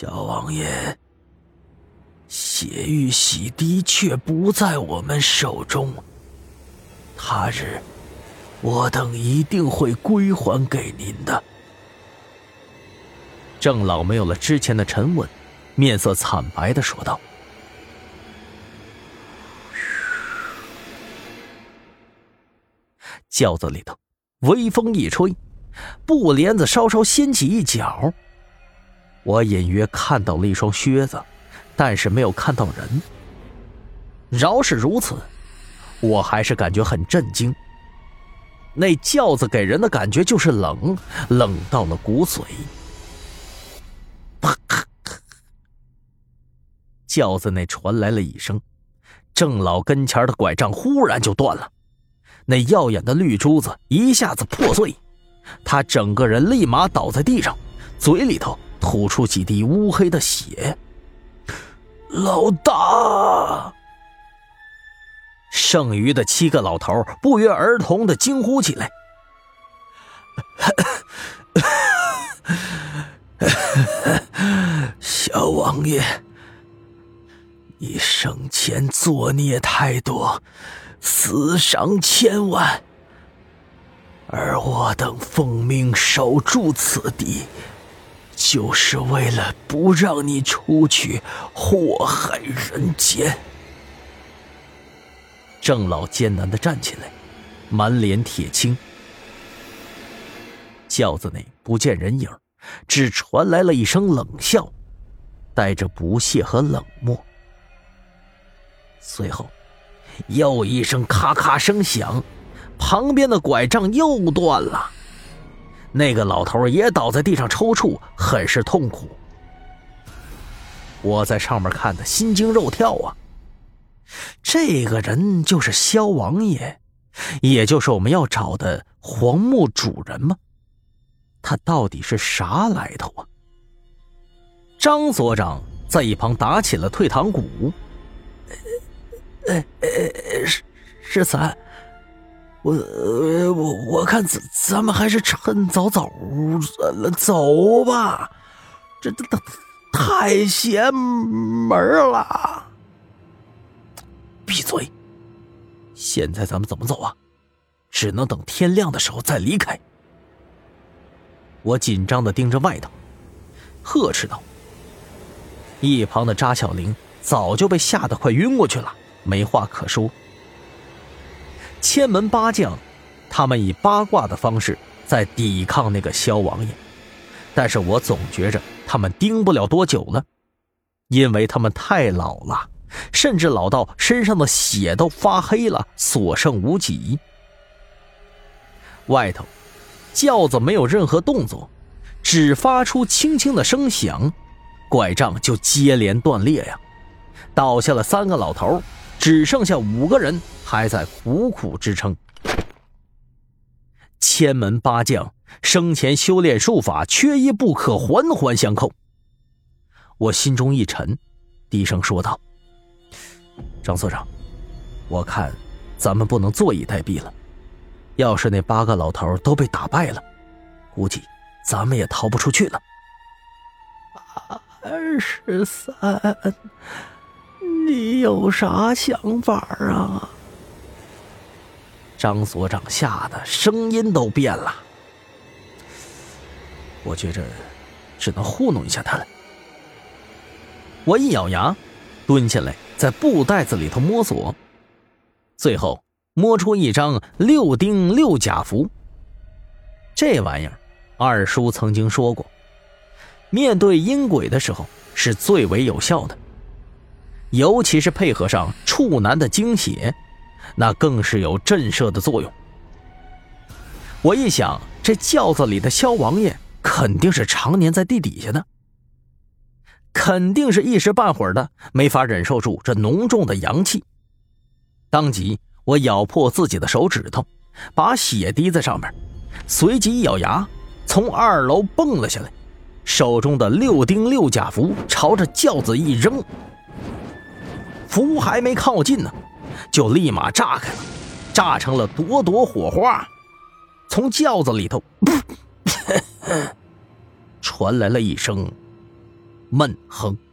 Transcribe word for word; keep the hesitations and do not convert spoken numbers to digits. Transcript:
小王爷，血玉玺的确不在我们手中，他日我等一定会归还给您的。 郑老没有了之前的沉稳，面色惨白地说道。轿子里头微风一吹，布帘子稍稍掀起一角，我隐约看到了一双靴子，但是没有看到人。饶是如此，我还是感觉很震惊。那轿子给人的感觉就是冷，冷到了骨髓。轿子内传来了一声，郑老跟前的拐杖忽然就断了，那耀眼的绿珠子一下子破碎，他整个人立马倒在地上，嘴里头吐出几滴乌黑的血。 老大！ 剩余的七个老头不约而同地惊呼起来。 小王爷，你生前作孽太多，死伤千万，而我等奉命守住此地，就是为了不让你出去祸害人间。 郑老艰难地站起来，满脸铁青。轿子内不见人影，只传来了一声冷笑，带着不屑和冷漠。随后又一声咔咔声响，旁边的拐杖又断了，那个老头也倒在地上抽搐，很是痛苦。我在上面看得心惊肉跳啊！这个人就是萧王爷，也就是我们要找的黄墓主人吗？他到底是啥来头啊？张所长在一旁打起了退堂鼓。 呃呃，十十三，我我我看咱咱们还是趁早走走吧，这这太邪门了。 闭嘴！现在咱们怎么走啊？只能等天亮的时候再离开。我紧张地盯着外头，呵斥道。一旁的扎小玲早就被吓得快晕过去了，没话可说。千门八将，他们以八卦的方式在抵抗那个萧王爷，但是我总觉着他们盯不了多久了，因为他们太老了，甚至老到身上的血都发黑了，所剩无几。外头轿子没有任何动作，只发出轻轻的声响，拐杖就接连断裂呀，倒下了三个老头，只剩下五个人还在苦苦支撑。千门八将生前修炼术法，缺一不可，环环相扣。我心中一沉，低声说道：张所长，我看咱们不能坐以待毙了，要是那八个老头都被打败了，估计咱们也逃不出去了。 二十三，你有啥想法啊？ 张所长吓得声音都变了。我觉着只能糊弄一下他了。我一咬牙，蹲下来在布袋子里头摸索，最后摸出一张六丁六甲符。这玩意儿二叔曾经说过，面对阴鬼的时候是最为有效的，尤其是配合上处男的精血，那更是有震慑的作用。我一想，这轿子里的萧王爷肯定是常年在地底下的，肯定是一时半会儿的没法忍受住这浓重的阳气。当即我咬破自己的手指头，把血滴在上面，随即一咬牙，从二楼蹦了下来，手中的六丁六甲符朝着轿子一扔，符还没靠近呢，就立马炸开了，炸成了朵朵火花，从轿子里头传来了一声闷哼。